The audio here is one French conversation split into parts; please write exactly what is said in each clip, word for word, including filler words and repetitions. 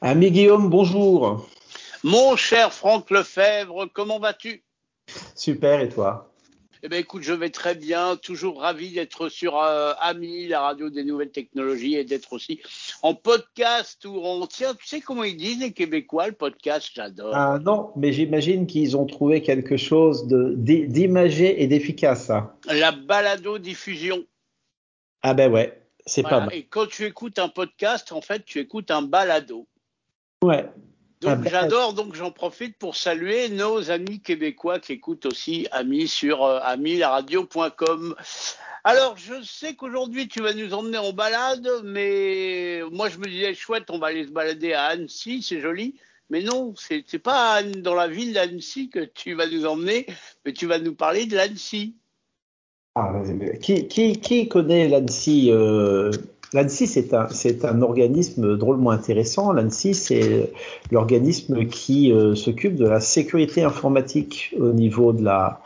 Ami Guillaume, bonjour. Mon cher Franck Lefebvre, comment vas-tu? Super, et toi? Eh bien, écoute, je vais très bien, toujours ravi d'être sur euh, Ami, la radio des nouvelles technologies, et d'être aussi en podcast où on tient, tu sais comment ils disent les Québécois, le podcast, j'adore. Ah non, mais j'imagine qu'ils ont trouvé quelque chose de d'i- d'imagé et d'efficace, ça. La balado-diffusion. Ah ben ouais, c'est pas Voilà. mal. Et quand tu écoutes un podcast, en fait, tu écoutes un balado. Ouais. Ah Donc ben, j'adore, donc j'en profite pour saluer nos amis québécois qui écoutent aussi Ami sur euh, ami la radio point com. Alors je sais qu'aujourd'hui tu vas nous emmener en balade, mais moi je me disais chouette, on va aller se balader à Annecy, c'est joli. Mais non, c'est c'est pas à Anne- dans la ville d'Annecy que tu vas nous emmener, mais tu vas nous parler de l'Annecy. ah, vas-y, mais qui, qui, qui connaît l'ANSSI euh, L'ANSSI, c'est un, c'est un organisme drôlement intéressant. L'ANSSI, c'est l'organisme qui euh, s'occupe de la sécurité informatique au niveau de la,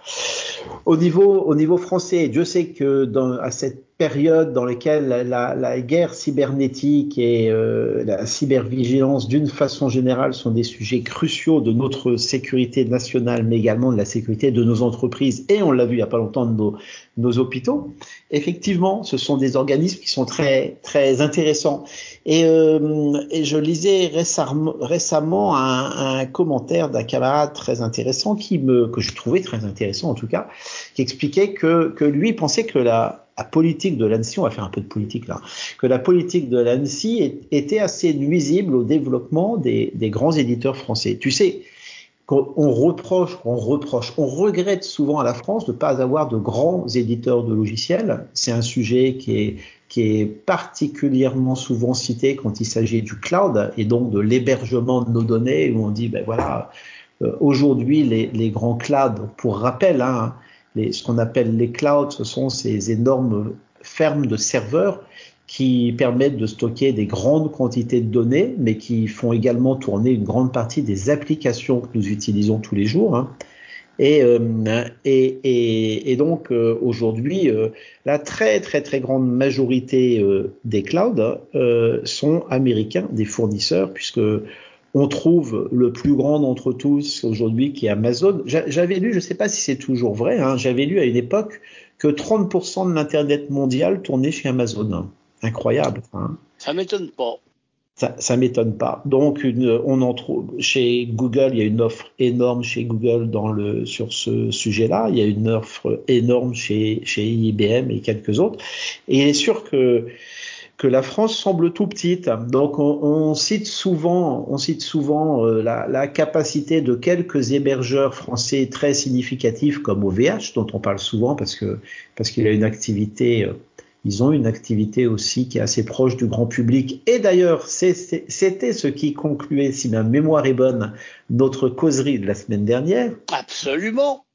Au niveau, au niveau français, Dieu sait que dans, à cette période dans laquelle la, la, la guerre cybernétique et euh, la cybervigilance d'une façon générale sont des sujets cruciaux de notre sécurité nationale, mais également de la sécurité de nos entreprises, et on l'a vu il n'y a pas longtemps de nos, nos hôpitaux, effectivement, ce sont des organismes qui sont très, très intéressants. Et, euh, et je lisais récemment, récemment un, un commentaire d'un camarade très intéressant qui me, que je trouvais très intéressant en tout cas, qui expliquait que, que lui pensait que la, la politique de l'ANSSI, on va faire un peu de politique là, que la politique de l'ANSSI était assez nuisible au développement des, des grands éditeurs français. Tu sais, qu'on on reproche, on reproche, on regrette souvent à la France de ne pas avoir de grands éditeurs de logiciels. C'est un sujet qui est, qui est particulièrement souvent cité quand il s'agit du cloud et donc de l'hébergement de nos données, où on dit, ben voilà, euh, aujourd'hui, les, les grands clouds, pour rappel, hein, les, ce qu'on appelle les clouds, ce sont ces énormes fermes de serveurs qui permettent de stocker des grandes quantités de données, mais qui font également tourner une grande partie des applications que nous utilisons tous les jours. Hein. Et, euh, et, et, et, donc euh, aujourd'hui, euh, la très très très grande majorité euh, des clouds euh, sont américains, des fournisseurs, puisque on trouve le plus grand d'entre tous aujourd'hui qui est Amazon. J'avais lu, je ne sais pas si c'est toujours vrai, hein, j'avais lu à une époque que trente pour cent de l'Internet mondial tournait chez Amazon. Incroyable. Hein. Ça m'étonne pas. Ça, ça m'étonne pas. Donc, une, on en trouve chez Google, il y a une offre énorme chez Google dans le, sur ce sujet-là. Il y a une offre énorme chez, chez I B M et quelques autres. Et il est sûr que, que la France semble tout petite. Donc, on, on cite souvent, on cite souvent euh, la, la capacité de quelques hébergeurs français très significatifs comme O V H, dont on parle souvent parce que, parce qu'il a une activité euh, ils ont une activité aussi qui est assez proche du grand public. Et d'ailleurs, c'était ce qui concluait, si ma mémoire est bonne, notre causerie de la semaine dernière. Absolument.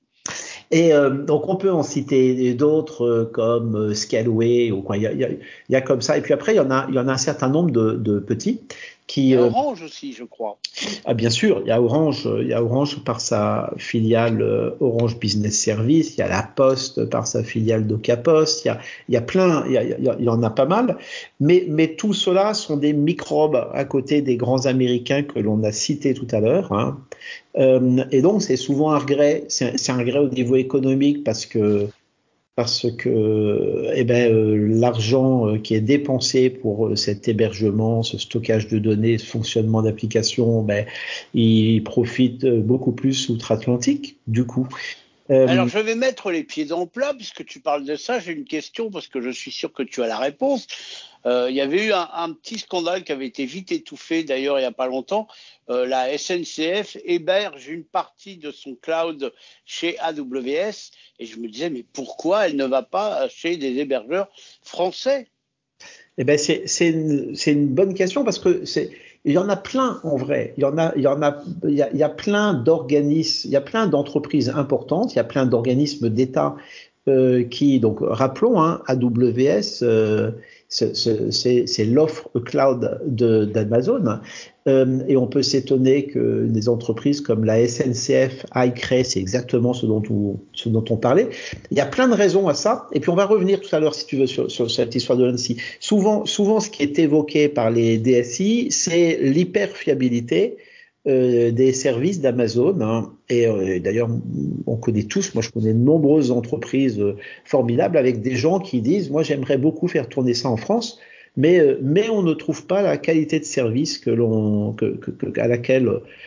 Et euh, donc, on peut en citer d'autres euh, comme euh, Scalway, ou quoi. Il y a, il y a, il y a comme ça. Et puis après, il y en a, il y en a un certain nombre de, de petits Il y qui, a euh, Orange aussi, je crois. ah, bien sûr, il y a Orange, il y a Orange par sa filiale euh, Orange Business Service, il y a La Poste par sa filiale DocaPost, il y a, il y a plein, il y, a, il, y a, il y en a pas mal, mais, mais tout cela sont des microbes à côté des grands Américains que l'on a cités tout à l'heure. Hein. Euh, et donc c'est souvent un regret, c'est un regret au niveau économique parce que parce que eh ben, euh, l'argent euh, qui est dépensé pour euh, cet hébergement, ce stockage de données, ce fonctionnement d'application, ben, il profite euh, beaucoup plus outre-Atlantique, du coup. Alors, Euh, je vais mettre les pieds dans le plat, puisque tu parles de ça. J'ai une question, parce que je suis sûr que tu as la réponse. Euh, il y avait eu un, un petit scandale qui avait été vite étouffé, d'ailleurs, il n'y a pas longtemps. Euh, la S N C F héberge une partie de son cloud chez A W S, et je me disais, mais pourquoi elle ne va pas chez des hébergeurs français? eh ben c'est c'est une, c'est une bonne question parce que c'est il y en a plein en vrai. Il y en a il y en a il y a, il y a plein d'organismes, il y a plein d'entreprises importantes, il y a plein d'organismes d'État euh, qui donc rappelons hein, A W S euh, c'est, c'est, c'est l'offre cloud de, d'Amazon. Euh, et on peut s'étonner que des entreprises comme la S N C F aillent créer, c'est exactement ce dont, on, ce dont on parlait. Il y a plein de raisons à ça. Et puis on va revenir tout à l'heure, si tu veux, sur, sur cette histoire de l'A N S I. Souvent, souvent, ce qui est évoqué par les D S I, c'est l'hyperfiabilité euh, des services d'Amazon. Hein. Et euh, d'ailleurs, on connaît tous, moi je connais de nombreuses entreprises euh, formidables avec des gens qui disent, moi j'aimerais beaucoup faire tourner ça en France. Mais, mais on ne trouve pas la qualité de service que l'on, que, que, à laquelle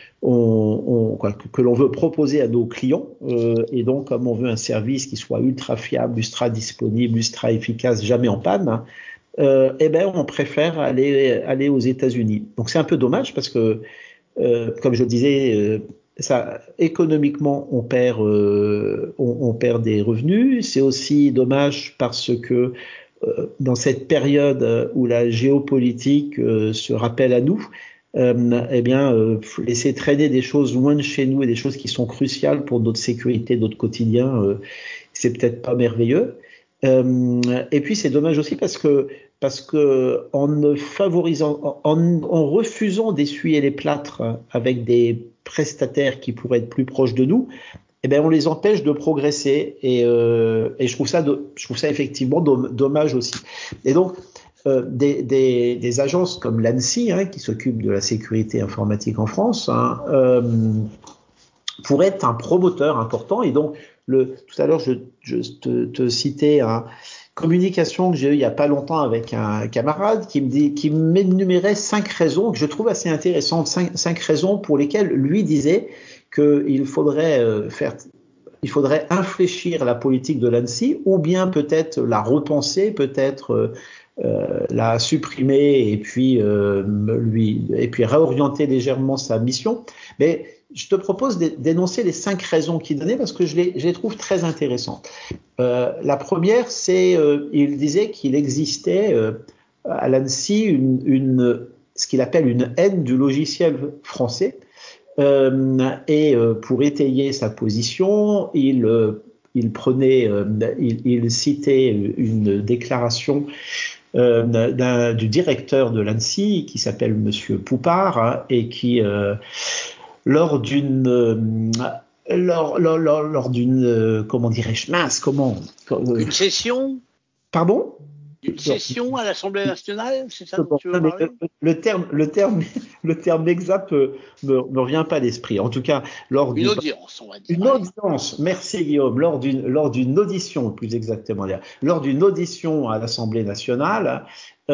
on, on quoi, que, que l'on veut proposer à nos clients. Euh, et donc, comme on veut un service qui soit ultra fiable, ultra disponible, ultra efficace, jamais en panne, euh, eh ben, on préfère aller, aller aux États-Unis. Donc, c'est un peu dommage parce que, euh, comme je le disais, euh, ça, économiquement, on perd, euh, on, on perd des revenus. C'est aussi dommage parce que dans cette période où la géopolitique euh, se rappelle à nous, euh, eh bien, euh, laisser traîner des choses loin de chez nous et des choses qui sont cruciales pour notre sécurité, notre quotidien, euh, c'est peut-être pas merveilleux. Euh, et puis c'est dommage aussi parce que parce que en ne favorisant, en, en refusant d'essuyer les plâtres avec des prestataires qui pourraient être plus proches de nous, eh ben on les empêche de progresser et, euh, et je trouve ça de, je trouve ça effectivement dommage aussi. Et donc euh, des, des, des agences comme l'A N S I hein, qui s'occupe de la sécurité informatique en France hein, euh, pourraient être un promoteur important. Et donc le, tout à l'heure je, je te, te citais un communication que j'ai eue il y a pas longtemps avec un camarade qui me dit, qui m'énumérait cinq raisons que je trouve assez intéressantes, cinq, cinq raisons pour lesquelles lui disait qu'il faudrait euh, faire, il faudrait infléchir la politique de l'A N S I ou bien peut-être la repenser, peut-être euh, la supprimer et puis euh, lui et puis réorienter légèrement sa mission. Mais je te propose d'énoncer les cinq raisons qu'il donnait parce que je les, je les trouve très intéressantes. Euh, la première, c'est euh, il disait qu'il existait euh, à l'A N S I une, une, ce qu'il appelle une haine du logiciel français. Euh, et euh, pour étayer sa position, il, euh, il prenait, euh, il, il citait une déclaration euh, d'un, du directeur de l'A N S I qui s'appelle Monsieur Poupard hein, et qui, euh, lors d'une, euh, lors, lors, lors, lors d'une, euh, comment dirais-je, mince, comment, euh, Une session. Pardon? Une session à l'Assemblée nationale, c'est ça dont Bon, tu veux non, mais parler? le, le terme, le terme, le terme exact me, me, me revient pas à l'esprit. En tout cas, lors Une du audience, on va dire. une Allez. audience, merci Guillaume, lors d'une lors d'une audition, plus exactement dire, lors d'une audition à l'Assemblée nationale,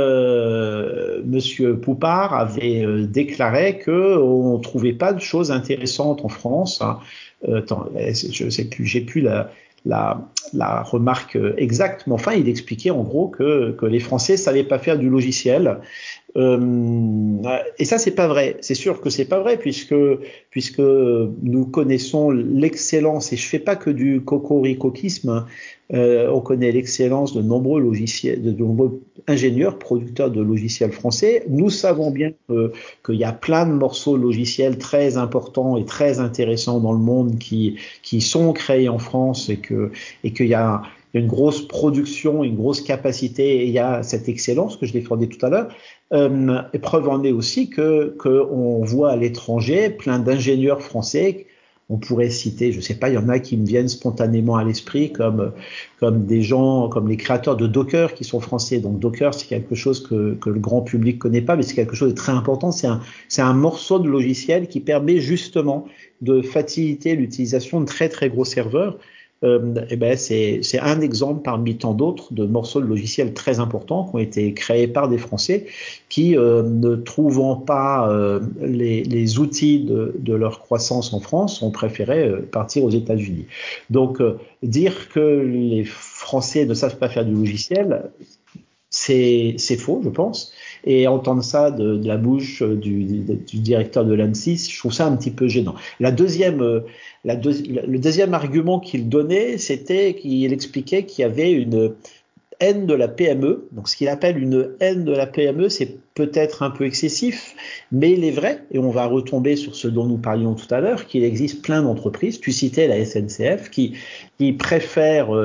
euh, Monsieur Poupard avait euh, déclaré que on trouvait pas de choses intéressantes en France. Hein. Euh, attends, je sais plus, j'ai plus la la, la remarque exacte, mais enfin, il expliquait en gros que, que les Français savaient pas faire du logiciel. Euh, et ça, c'est pas vrai. C'est sûr que c'est pas vrai puisque puisque nous connaissons l'excellence et je fais pas que du cocoricoquisme. Hein. Euh, on connaît l'excellence de nombreux logiciels, de nombreux ingénieurs, producteurs de logiciels français. Nous savons bien que, qu'il y a plein de morceaux logiciels très importants et très intéressants dans le monde qui qui sont créés en France et que et qu'il y a il y a une grosse production, une grosse capacité, et il y a cette excellence que je défendais tout à l'heure. Euh, et preuve en est aussi que qu'on voit à l'étranger plein d'ingénieurs français. On pourrait citer, je sais pas, il y en a qui me viennent spontanément à l'esprit, comme comme des gens, comme les créateurs de Docker qui sont français. Donc Docker, c'est quelque chose que que le grand public connaît pas, mais c'est quelque chose de très important. C'est un c'est un morceau de logiciel qui permet justement de faciliter l'utilisation de très très gros serveurs. Euh, et ben c'est c'est un exemple parmi tant d'autres de morceaux de logiciels très importants qui ont été créés par des Français qui, euh, ne trouvant pas euh, les, les outils de, de leur croissance en France, ont préféré euh, partir aux États-Unis. Donc euh, dire que les Français ne savent pas faire du logiciel, c'est c'est faux, je pense. Et entendre ça de, de la bouche du, du directeur de l'A N S I, je trouve ça un petit peu gênant. La deuxième, euh, la deux, le deuxième argument qu'il donnait, c'était qu'il expliquait qu'il y avait une haine de la P M E. Donc, ce qu'il appelle une haine de la P M E, c'est peut-être un peu excessif, mais il est vrai, et on va retomber sur ce dont nous parlions tout à l'heure, qu'il existe plein d'entreprises. Tu citais la S N C F qui, qui préfèrent euh,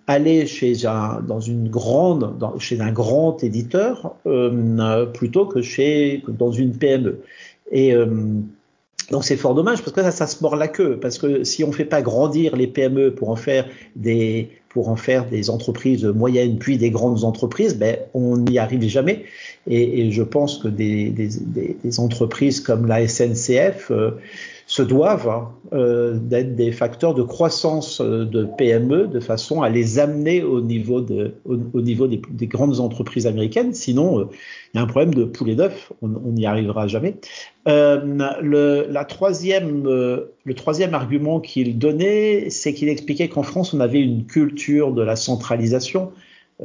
aller chez un, dans une grande, dans, chez un grand éditeur euh, plutôt que chez que dans une P M E. Et euh, donc c'est fort dommage parce que ça, ça se mord la queue. Parce que si on ne fait pas grandir les P M E pour en faire des pour en faire des entreprises moyennes puis des grandes entreprises, ben on n'y arrive jamais. Et, et je pense que des, des, des, des entreprises comme la S N C F euh, se doivent hein, euh, d'être des facteurs de croissance de P M E de façon à les amener au niveau, de, au, au niveau des, des grandes entreprises américaines. Sinon, euh, il y a un problème de poulet d'œuf, on n'y arrivera jamais. Euh, le, la troisième, euh, le troisième argument qu'il donnait, c'est qu'il expliquait qu'en France, on avait une culture de la centralisation.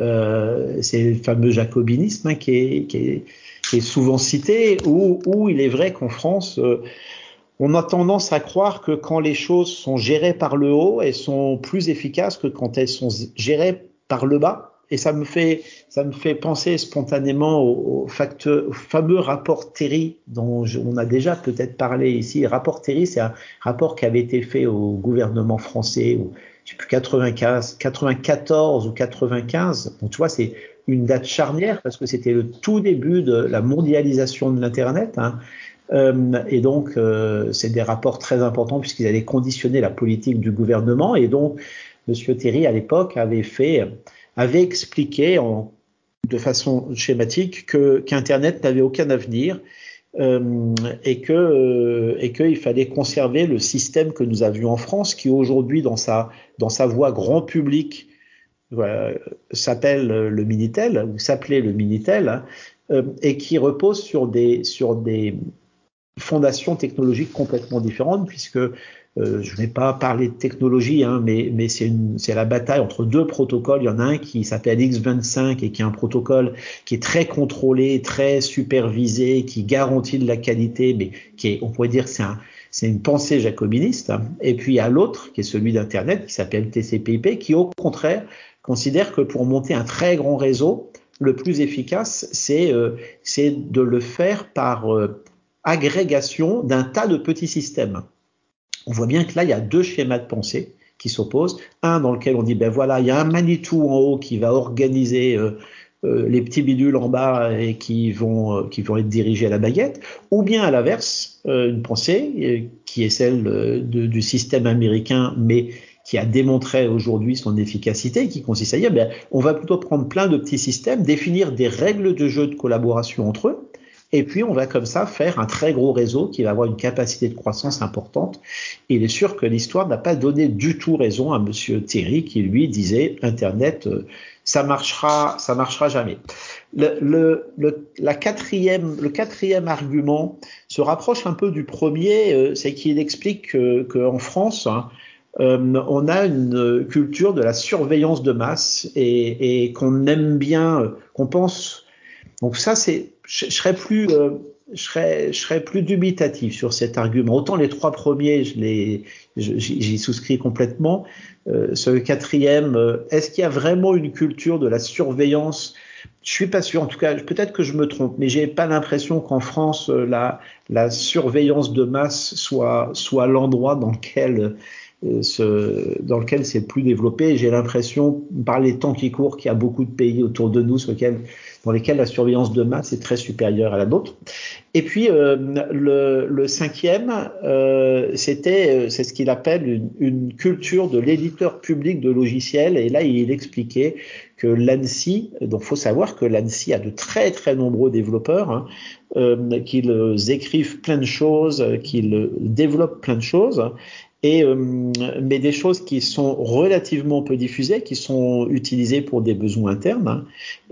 Euh, c'est le fameux jacobinisme hein, qui, est, qui, est, qui est souvent cité, où, où il est vrai qu'en France, euh, on a tendance à croire que quand les choses sont gérées par le haut, elles sont plus efficaces que quand elles sont gérées par le bas. Et ça me fait, ça me fait penser spontanément au, au, facteur, au fameux rapport Terry dont je, on a déjà peut-être parlé ici. Le rapport Terry, c'est un rapport qui avait été fait au gouvernement français, ou, je sais plus, quatre-vingt-quinze, quatre-vingt-quatorze ou quatre-vingt-quinze. Donc tu vois, c'est une date charnière parce que c'était le tout début de la mondialisation de l'Internet. Hein. Euh, et donc, euh, c'est des rapports très importants puisqu'ils allaient conditionner la politique du gouvernement. Et donc, Monsieur Terry, à l'époque, avait fait, avait expliqué en, de façon schématique que qu'Internet n'avait aucun avenir euh, et que euh, et qu'il fallait conserver le système que nous avions en France, qui aujourd'hui, dans sa dans sa voie grand public, voilà, s'appelle le Minitel ou s'appelait le Minitel, hein, euh, et qui repose sur des sur des fondations technologiques complètement différentes, puisque euh, je ne vais pas parler de technologie, hein, mais, mais c'est, une, c'est la bataille entre deux protocoles. Il y en a un qui s'appelle X vingt-cinq et qui est un protocole qui est très contrôlé, très supervisé, qui garantit de la qualité, mais qui est, on pourrait dire, c'est un, c'est une pensée jacobiniste. Et puis il y a l'autre, qui est celui d'Internet, qui s'appelle T C P/I P, qui au contraire considère que pour monter un très grand réseau, le plus efficace, c'est, euh, c'est de le faire par euh, agrégation d'un tas de petits systèmes. On voit bien que là, il y a deux schémas de pensée qui s'opposent. Un dans lequel on dit, ben voilà, il y a un Manitou en haut qui va organiser euh, euh, les petits bidules en bas et qui vont, euh, qui vont être dirigés à la baguette. Ou bien à l'inverse, euh, une pensée euh, qui est celle de, du système américain, mais qui a démontré aujourd'hui son efficacité, qui consiste à dire, ben, on va plutôt prendre plein de petits systèmes, définir des règles de jeu de collaboration entre eux, et puis, on va comme ça faire un très gros réseau qui va avoir une capacité de croissance importante. Et il est sûr que l'histoire n'a pas donné du tout raison à Monsieur Terry qui, lui, disait Internet, euh, ça marchera, ça marchera jamais. Le, le, le, la quatrième, le quatrième argument se rapproche un peu du premier, euh, c'est qu'il explique qu'en France, hein, euh, on a une culture de la surveillance de masse et, et qu'on aime bien, qu'on pense. Donc ça, c'est, je, je serais plus, euh, je serais, je serais plus dubitatif sur cet argument. Autant les trois premiers, je les, je, j'y souscris complètement. Euh, ce quatrième, euh, est-ce qu'il y a vraiment une culture de la surveillance? Je suis pas sûr. En tout cas, peut-être que je me trompe, mais j'ai pas l'impression qu'en France, euh, la, la surveillance de masse soit, soit l'endroit dans lequel euh, ce, dans lequel c'est le plus développé. J'ai l'impression, par les temps qui courent, qu'il y a beaucoup de pays autour de nous sur lesquels dans lesquels la surveillance de masse est très supérieure à la nôtre. Et puis euh, le, le cinquième, euh, c'était, c'est ce qu'il appelle une, une culture de l'éditeur public de logiciels. Et là, il expliquait que l'ANSSI, donc faut savoir que l'ANSSI a de très très nombreux développeurs, hein, euh, qu'ils écrivent plein de choses, qu'ils développent plein de choses. Et, euh, mais des choses qui sont relativement peu diffusées, qui sont utilisées pour des besoins internes, hein,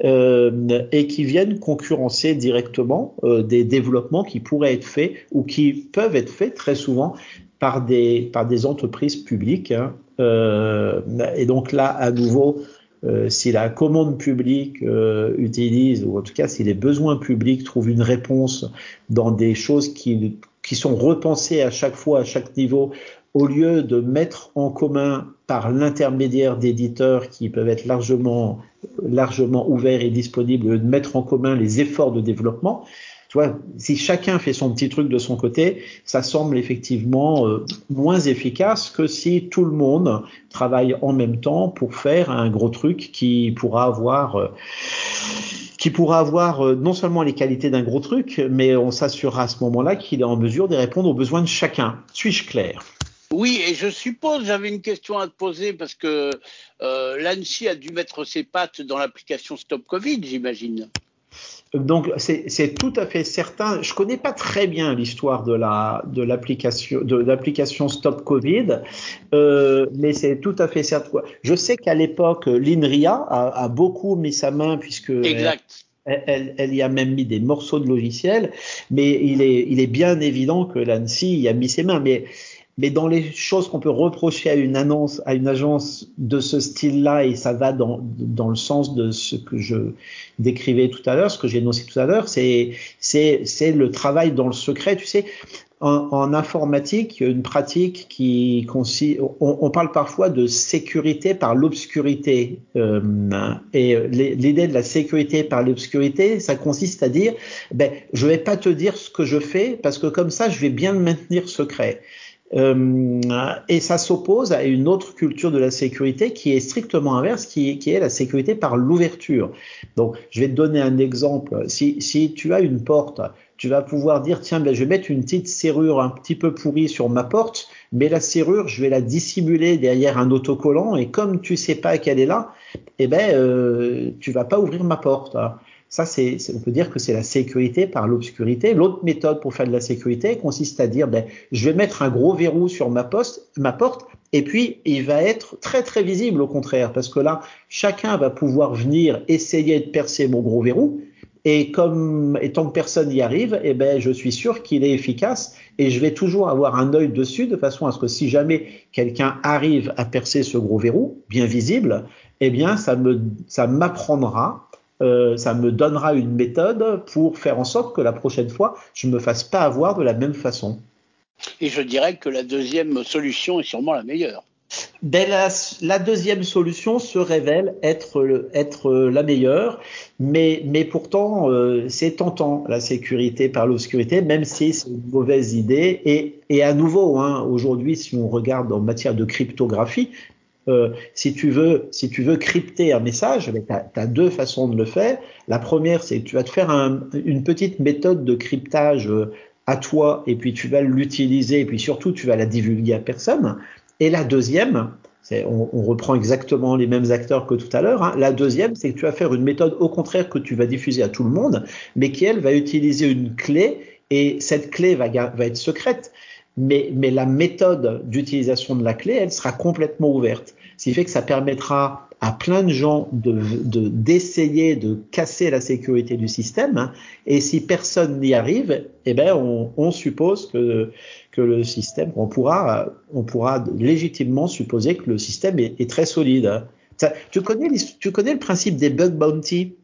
euh, et qui viennent concurrencer directement euh, des développements qui pourraient être faits ou qui peuvent être faits très souvent par des, par des entreprises publiques. Hein, euh, et donc là, à nouveau, euh, si la commande publique euh, utilise, ou en tout cas si les besoins publics trouvent une réponse dans des choses qui, qui sont repensées à chaque fois, à chaque niveau, au lieu de mettre en commun par l'intermédiaire d'éditeurs qui peuvent être largement, largement ouverts et disponibles, de mettre en commun les efforts de développement, tu vois, si chacun fait son petit truc de son côté, ça semble effectivement euh, moins efficace que si tout le monde travaille en même temps pour faire un gros truc qui pourra avoir, euh, qui pourra avoir euh, non seulement les qualités d'un gros truc, mais on s'assurera à ce moment-là qu'il est en mesure de répondre aux besoins de chacun. Suis-je clair? Oui, et je suppose, j'avais une question à te poser parce que euh, l'ANSSI a dû mettre ses pattes dans l'application Stop Covid, j'imagine. Donc c'est, c'est tout à fait certain. Je connais pas très bien l'histoire de la de l'application de l'application Stop Covid, euh, mais c'est tout à fait certain. Je sais qu'à l'époque l'INRIA a, a beaucoup mis sa main puisque elle, Exact. elle, elle y a même mis des morceaux de logiciel, mais il est il est bien évident que l'ANSSI y a mis ses mains. Mais mais dans les choses qu'on peut reprocher à une annonce, à une agence de ce style-là, et ça va dans, dans le sens de ce que je décrivais tout à l'heure, ce que j'ai énoncé tout à l'heure, c'est, c'est, c'est le travail dans le secret. Tu sais, en, en informatique, une pratique qui consiste, on, on parle parfois de sécurité par l'obscurité. Euh, et l'idée de la sécurité par l'obscurité, ça consiste à dire, ben, je vais pas te dire ce que je fais parce que comme ça, je vais bien le maintenir secret. Euh, et ça s'oppose à une autre culture de la sécurité qui est strictement inverse, qui, qui est la sécurité par l'ouverture. Donc, je vais te donner un exemple. Si, si tu as une porte, tu vas pouvoir dire, tiens, ben, je vais mettre une petite serrure un petit peu pourrie sur ma porte, mais la serrure, je vais la dissimuler derrière un autocollant, et comme tu sais pas qu'elle est là, eh ben, euh, tu vas pas ouvrir ma porte. Ça, c'est, on peut dire que c'est la sécurité par l'obscurité. L'autre méthode pour faire de la sécurité consiste à dire, ben, je vais mettre un gros verrou sur ma, poste, ma porte, et puis il va être très très visible au contraire, parce que là, chacun va pouvoir venir essayer de percer mon gros verrou, et comme et tant que personne n'y arrive, eh ben, je suis sûr qu'il est efficace, et je vais toujours avoir un œil dessus, de façon à ce que si jamais quelqu'un arrive à percer ce gros verrou, bien visible, eh bien, ça me, ça m'apprendra. Euh, ça me donnera une méthode pour faire en sorte que la prochaine fois, je ne me fasse pas avoir de la même façon. Et je dirais que la deuxième solution est sûrement la meilleure. Ben, la, la deuxième solution se révèle être, être la meilleure, mais, mais pourtant, euh, c'est tentant, la sécurité par l'obscurité, même si c'est une mauvaise idée. Et, et à nouveau, hein, aujourd'hui, si on regarde en matière de cryptographie, Euh, si tu veux, si tu veux crypter un message, tu as deux façons de le faire. La première, c'est que tu vas te faire un, une petite méthode de cryptage euh, à toi, et puis tu vas l'utiliser, et puis surtout tu vas la divulguer à personne. Et la deuxième, c'est, on, on reprend exactement les mêmes acteurs que tout à l'heure. Hein. La deuxième, c'est que tu vas faire une méthode au contraire que tu vas diffuser à tout le monde, mais qui elle va utiliser une clé, et cette clé va, va être secrète. Mais, mais la méthode d'utilisation de la clé, elle sera complètement ouverte. Ce qui fait que ça permettra à plein de gens de, de, d'essayer de casser la sécurité du système. Hein, et si personne n'y arrive, eh ben on, on suppose que, que le système, on pourra, on pourra légitimement supposer que le système est, est très solide. Ça, tu connais, tu connais le principe des bug bounty?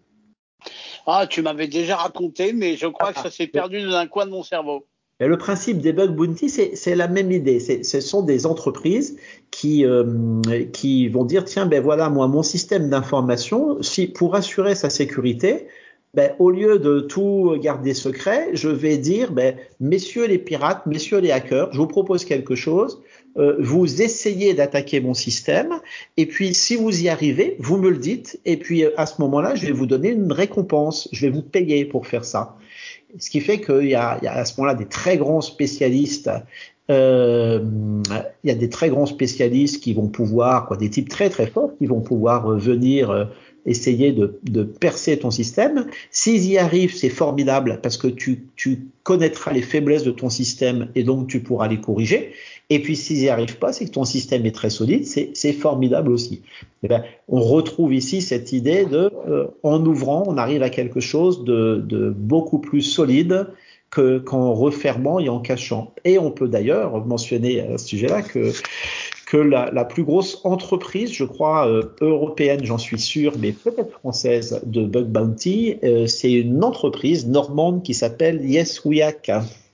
Ah, tu m'avais déjà raconté, mais je crois que ça s'est perdu dans un coin de mon cerveau. Et le principe des bug bounty, c'est, c'est la même idée. C'est, ce sont des entreprises qui, euh, qui vont dire, tiens, ben voilà, moi, mon système d'information, si pour assurer sa sécurité, ben, au lieu de tout garder secret, je vais dire, ben, messieurs les pirates, messieurs les hackers, je vous propose quelque chose. Euh, vous essayez d'attaquer mon système, et puis si vous y arrivez, vous me le dites, et puis à ce moment-là, je vais vous donner une récompense. Je vais vous payer pour faire ça. Ce qui fait qu'il y a, il y a à ce moment-là des très grands spécialistes. Euh, il y a des très grands spécialistes qui vont pouvoir, quoi, des types très très forts qui vont pouvoir venir euh, essayer de, de percer ton système. S'ils y arrivent, c'est formidable parce que tu, tu connaîtras les faiblesses de ton système et donc tu pourras les corriger. Et puis s'ils n'y arrivent pas, c'est que ton système est très solide, c'est, c'est formidable aussi. Et ben, on retrouve ici cette idée de, euh, en ouvrant, on arrive à quelque chose de, de beaucoup plus solide que, qu'en refermant et en cachant. Et on peut d'ailleurs mentionner à ce sujet-là que, que la, la plus grosse entreprise, je crois, euh, européenne, j'en suis sûr, mais peut-être française, de Bug Bounty, euh, c'est une entreprise normande qui s'appelle Yes We Hack.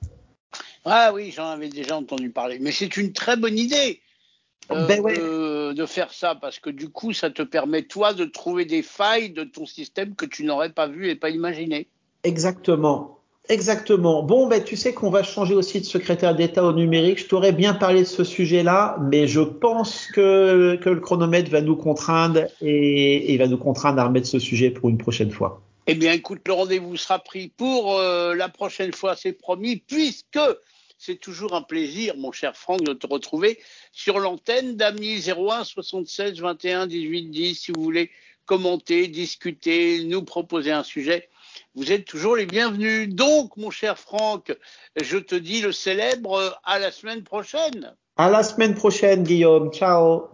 Ah oui, j'en avais déjà entendu parler. Mais c'est une très bonne idée euh, Ben ouais, de, de faire ça, parce que du coup, ça te permet, toi, de trouver des failles de ton système que tu n'aurais pas vues et pas imaginées. exactement. Exactement. Bon, ben, tu sais qu'on va changer aussi de secrétaire d'État au numérique. Je t'aurais bien parlé de ce sujet-là, mais je pense que, que le chronomètre va nous contraindre et, et va nous contraindre à remettre ce sujet pour une prochaine fois. Eh bien, écoute, le rendez-vous sera pris pour euh, la prochaine fois, c'est promis, puisque c'est toujours un plaisir, mon cher Franck, de te retrouver sur l'antenne d'Ami zéro un soixante-seize vingt et un dix-huit dix. Si vous voulez commenter, discuter, nous proposer un sujet, vous êtes toujours les bienvenus. Donc, mon cher Franck, je te dis le célèbre à la semaine prochaine. À la semaine prochaine, Guillaume. Ciao.